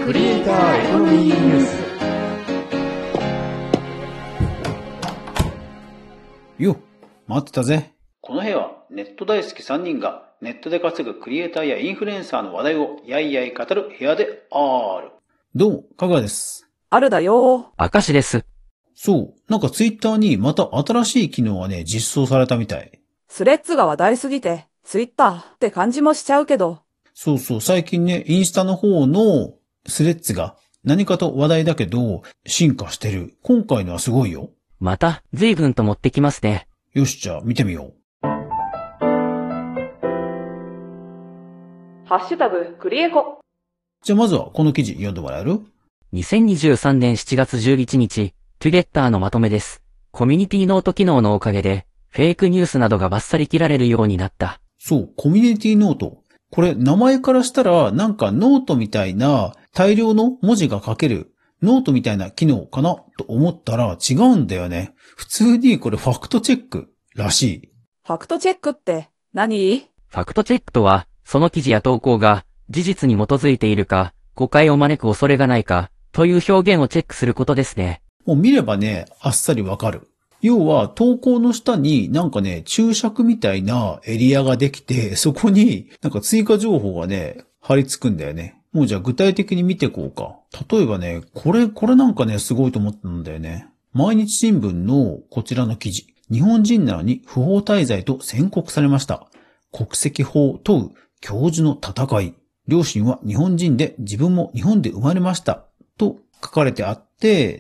クリエイターエコノミーニュース。 よっ、待ってたぜ。 この部屋はネット大好き3人がネットで稼ぐクリエイターやインフルエンサーの話題をやいやい語る部屋である。 どうも、かがです。 あるだよ。 明石です。 そう、なんかツイッターにまた新しい機能がね、実装されたみたい。 スレッズが話題すぎて、ツイッターって感じもしちゃうけど。 そうそう、最近ね、インスタの方のスレッズが何かと話題だけど、進化してる。今回のはすごいよ。 また、随分と持ってきますね。 よし、じゃあ見てみよう。 ハッシュタグクリエコ。 じゃあまずはこの記事読んでもらえる ？2023年7月11日、Twitter のまとめです。コミュニティノート機能のおかげで、フェイクニュースなどがバッサリ切られるようになった。 そう、コミュニティノート。これ名前からしたらなんかノートみたいな大量の文字が書けるノートみたいな機能かなと思ったら違うんだよね。普通にこれファクトチェックらしい。 ファクトチェックって何？ ファクトチェックとは、その記事や投稿が事実に基づいているか、誤解を招く恐れがないか、という表現をチェックすることですね。 もう見ればね、あっさりわかる。要は投稿の下になんかね、注釈みたいなエリアができて、そこになんか追加情報がね、貼り付くんだよね。もうじゃあ具体的に見ていこうか。例えばね、これなんかね、すごいと思ったんだよね。毎日新聞のこちらの記事。日本人なのに不法滞在と宣告されました。国籍法を問う教授の戦い。両親は日本人で自分も日本で生まれました。と書かれてあって、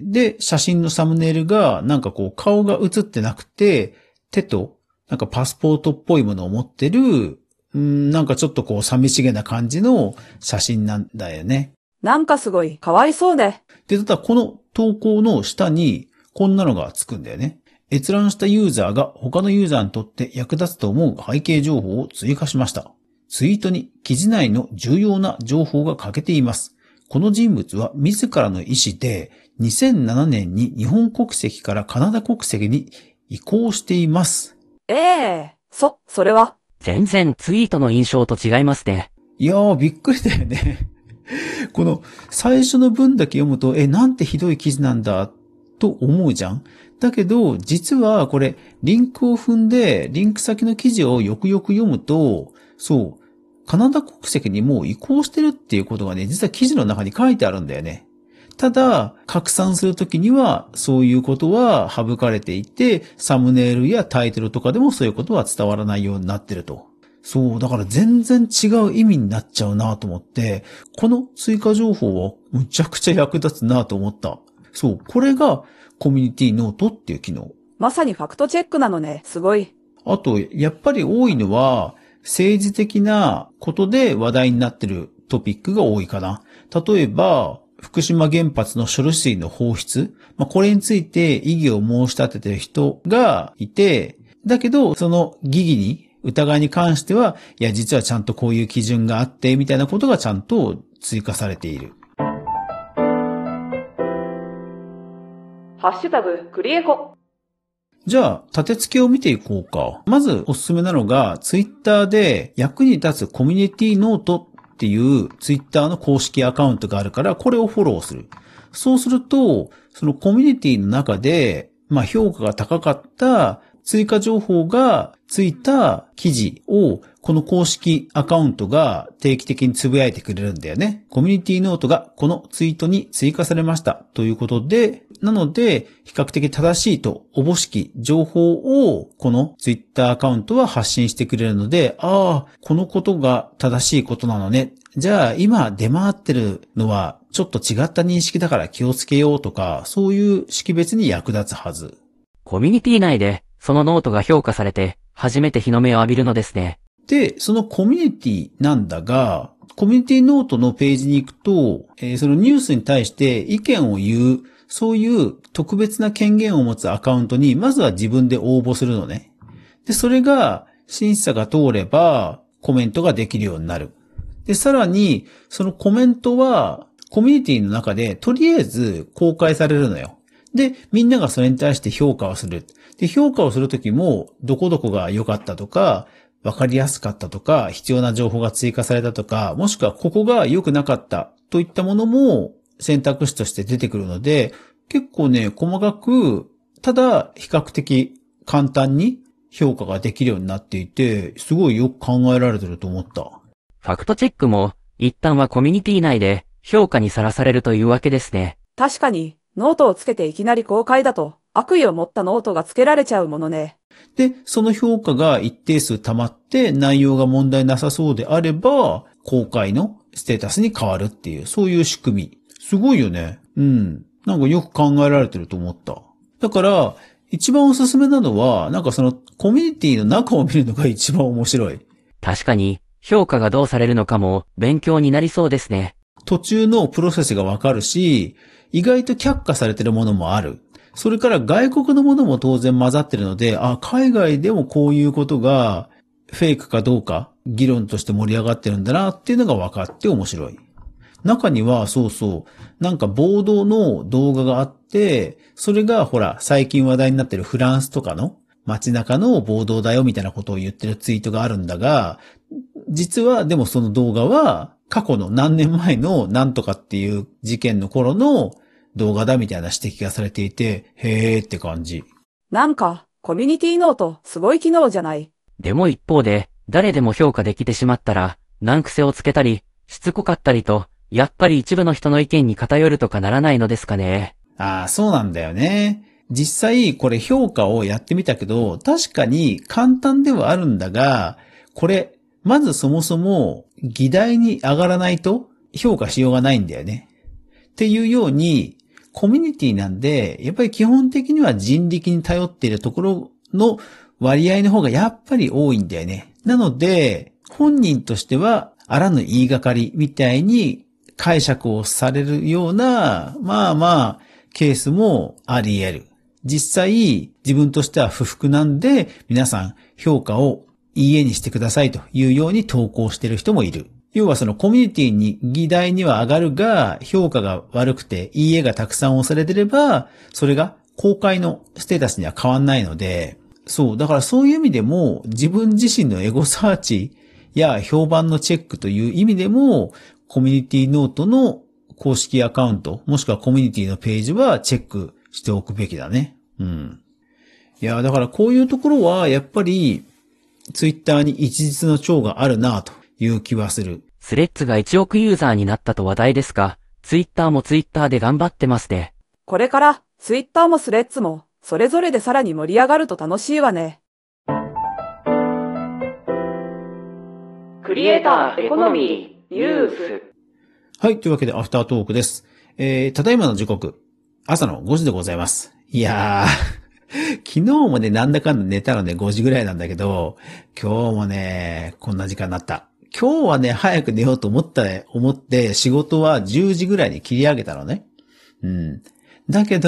で、写真のサムネイルがなんかこう顔が写ってなくて、手となんかパスポートっぽいものを持ってる、なんかちょっとこう寂しげな感じの写真なんだよね。 なんかすごいかわいそうで。 で、ただこの投稿の下にこんなのがつくんだよね。閲覧したユーザーが他のユーザーにとって役立つと思う背景情報を追加しました。ツイートに記事内の重要な情報が欠けています。この人物は自らの意思で2007年に日本国籍からカナダ国籍に移行しています。 それは。 全然ツイートの印象と違いますね。 いやー、びっくりだよね。この最初の文だけ読むと、なんてひどい記事なんだと思うじゃん。だけど、実はこれ、リンクを踏んで、リンク先の記事をよくよく読むと、そう、カナダ国籍にもう移行してるっていうことがね、実は記事の中に書いてあるんだよね。ただ、拡散するときには、そういうことは省かれていて、サムネイルやタイトルとかでもそういうことは伝わらないようになってると。そう、だから全然違う意味になっちゃうなと思って、この追加情報はむちゃくちゃ役立つなと思った。そう、これがコミュニティノートっていう機能。 まさにファクトチェックなのね、すごい。 あと、やっぱり多いのは、政治的なことで話題になってるトピックが多いかな。例えば、福島原発の処理水の放出。これについて異議を申し立ててる人がいて、だけど、その疑義に、疑いに関しては、いや、実はちゃんとこういう基準があって、みたいなことがちゃんと追加されている。 ハッシュタグクリエコ。 じゃあ、立て付けを見ていこうか。まずおすすめなのが、ツイッターで役に立つコミュニティノートっていうツイッターの公式アカウントがあるから、これをフォローする。そうすると、そのコミュニティの中で、評価が高かった追加情報がついた記事を、この公式アカウントが定期的につぶやいてくれるんだよね。コミュニティノートがこのツイートに追加されましたということで、なので、比較的正しいとおぼしき情報をこのツイッターアカウントは発信してくれるので、このことが正しいことなのね。じゃあ今出回ってるのはちょっと違った認識だから気をつけようとか、そういう識別に役立つはず。 コミュニティ内でそのノートが評価されて初めて日の目を浴びるのですね。 で、そのコミュニティなんだが、コミュニティノートのページに行くと、そのニュースに対して意見を言う、そういう特別な権限を持つアカウントに、まずは自分で応募するのね。で、それが審査が通れば、コメントができるようになる。で、さらに、そのコメントは、コミュニティの中で、とりあえず公開されるのよ。で、みんながそれに対して評価をする。で、評価をするときも、どこどこが良かったとか、わかりやすかったとか、必要な情報が追加されたとか、もしくはここが良くなかったといったものも選択肢として出てくるので、結構ね、細かく、ただ比較的簡単に評価ができるようになっていて、すごいよく考えられてると思った。 ファクトチェックも一旦はコミュニティ内で評価にさらされるというわけですね。 確かに、ノートをつけていきなり公開だと、悪意を持ったノートがつけられちゃうものね。 で、その評価が一定数溜まって内容が問題なさそうであれば、公開のステータスに変わるっていう、そういう仕組み。すごいよね。うん。なんかよく考えられてると思った。だから、一番おすすめなのは、なんかそのコミュニティの中を見るのが一番面白い。 確かに、評価がどうされるのかも勉強になりそうですね。 途中のプロセスがわかるし、意外と却下されてるものもある。それから外国のものも当然混ざってるので、海外でもこういうことがフェイクかどうか議論として盛り上がってるんだなっていうのが分かって面白い。中にはなんか暴動の動画があって、それがほら最近話題になってるフランスとかの街中の暴動だよみたいなことを言ってるツイートがあるんだが、実はでもその動画は過去の何年前のなんとかっていう事件の頃の動画だみたいな指摘がされていて、へーって感じ。 なんか、コミュニティノート、すごい機能じゃない。 でも一方で、誰でも評価できてしまったら、難癖をつけたり、しつこかったりと、やっぱり一部の人の意見に偏るとかならないのですかね。 そうなんだよね。実際これ評価をやってみたけど、確かに簡単ではあるんだが、これ、まずそもそも議題に上がらないと評価しようがないんだよね。っていうように、コミュニティなんで、やっぱり基本的には人力に頼っているところの割合の方がやっぱり多いんだよね。なので、本人としてはあらぬ言いがかりみたいに解釈をされるような、ケースもあり得る。実際、自分としては不服なんで、皆さん評価をいいえにしてくださいというように投稿している人もいる。要はそのコミュニティに議題には上がるが、評価が悪くていいえがたくさん押されてれば、それが公開のステータスには変わんないので、だからそういう意味でも、自分自身のエゴサーチや評判のチェックという意味でも、コミュニティノートの公式アカウント、もしくはコミュニティのページはチェックしておくべきだね。うん。いや、だからこういうところは、やっぱり、ツイッターに一日の長があるなという気はする。 スレッズが1億ユーザーになったと話題ですが、ツイッターもツイッターで頑張ってますね。 これから、ツイッターもスレッズも、それぞれでさらに盛り上がると楽しいわね。クリエイターエコノミーニュース。 はい、というわけでアフタートークです。ただいまの時刻、朝の5時でございます。いやー、昨日もね、なんだかんだ寝たのね、5時ぐらいなんだけど、今日もね、こんな時間になった。今日はね、早く寝ようと思って仕事は10時ぐらいに切り上げたのね。うん。だけ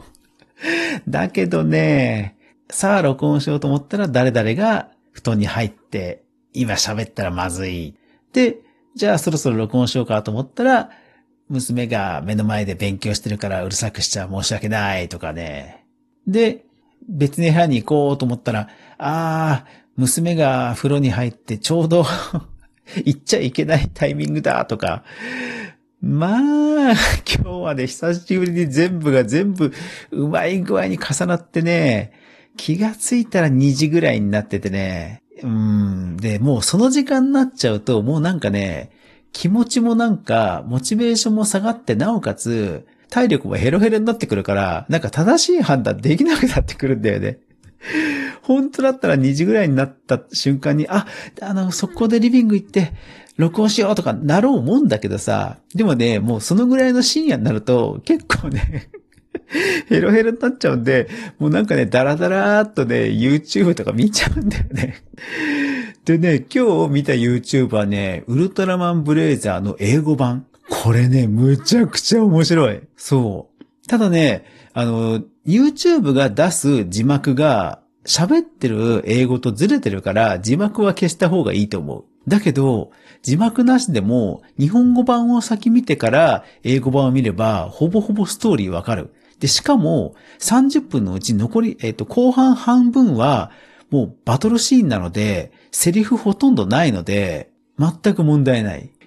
どね、さあ録音しようと思ったら誰々が布団に入って、今喋ったらまずい。で、じゃあそろそろ録音しようかと思ったら、娘が目の前で勉強してるからうるさくしちゃ申し訳ないとかね。で、別の部屋に行こうと思ったら、娘が風呂に入ってちょうど行っちゃいけないタイミングだとか。今日はね、久しぶりに全部うまい具合に重なってね、気がついたら2時ぐらいになっててね。で、もうその時間になっちゃうと、もうなんかね、気持ちもなんか、モチベーションも下がって、なおかつ、体力もヘロヘロになってくるから、なんか正しい判断できなくなってくるんだよね。本当だったら2時ぐらいになった瞬間に、速攻でリビング行って、録音しようとかなろうもんだけどさ、でもね、もうそのぐらいの深夜になると、結構ね、ヘロヘロになっちゃうんで、もうなんかね、ダラダラーっとね、YouTube とか見ちゃうんだよね。でね、今日見た YouTube はね、ウルトラマンブレイザーの英語版。これね、むちゃくちゃ面白い。そう。ただね、YouTube が出す字幕が喋ってる英語とずれてるから字幕は消した方がいいと思う。だけど、字幕なしでも日本語版を先見てから英語版を見ればほぼほぼストーリーわかる。で、しかも30分のうち残り、後半半分はもうバトルシーンなので、セリフほとんどないので、全く問題ない。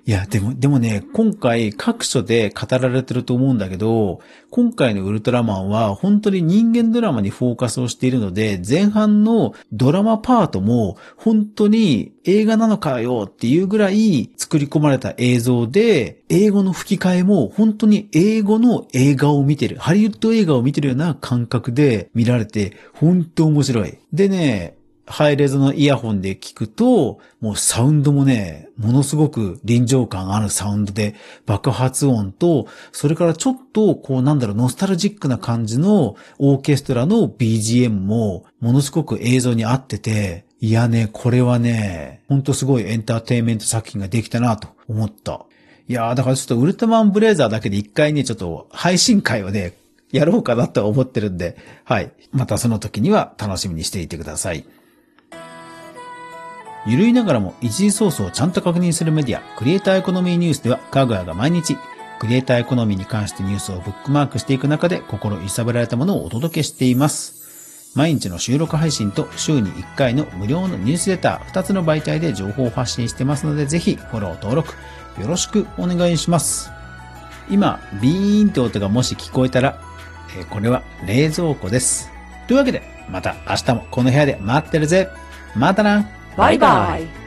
いや、でもね、今回各所で語られてると思うんだけど、今回のウルトラマンは本当に人間ドラマにフォーカスをしているので、前半のドラマパートも本当に映画なのかよっていうぐらい作り込まれた映像で、英語の吹き替えも本当に英語の映画を見てる、ハリウッド映画を見てるような感覚で見られて、本当面白い。でね、ハイレゾのイヤホンで聞くと、もうサウンドもね、ものすごく臨場感あるサウンドで、爆発音と、それからちょっと、ノスタルジックな感じのオーケストラの BGM も、ものすごく映像に合ってて、いやね、これはね、ほんとすごいエンターテインメント作品ができたなと思った。いやー、だからちょっとウルトラマンブレイザーだけで一回ね、ちょっと配信会をね、やろうかなと思ってるんで、はい。またその時には楽しみにしていてください。ゆるいながらも一時ソースをちゃんと確認するメディア、クリエイターエコノミーニュースでは、かぐやが毎日、クリエイターエコノミーに関してニュースをブックマークしていく中で、心揺さぶられたものをお届けしています。毎日の収録配信と週に1回の無料のニュースレター、2つの媒体で情報を発信してますので、ぜひフォロー登録、よろしくお願いします。今、ビーンって音がもし聞こえたら、これは冷蔵庫です。というわけで、また明日もこの部屋で待ってるぜ。またな。 バイバイ。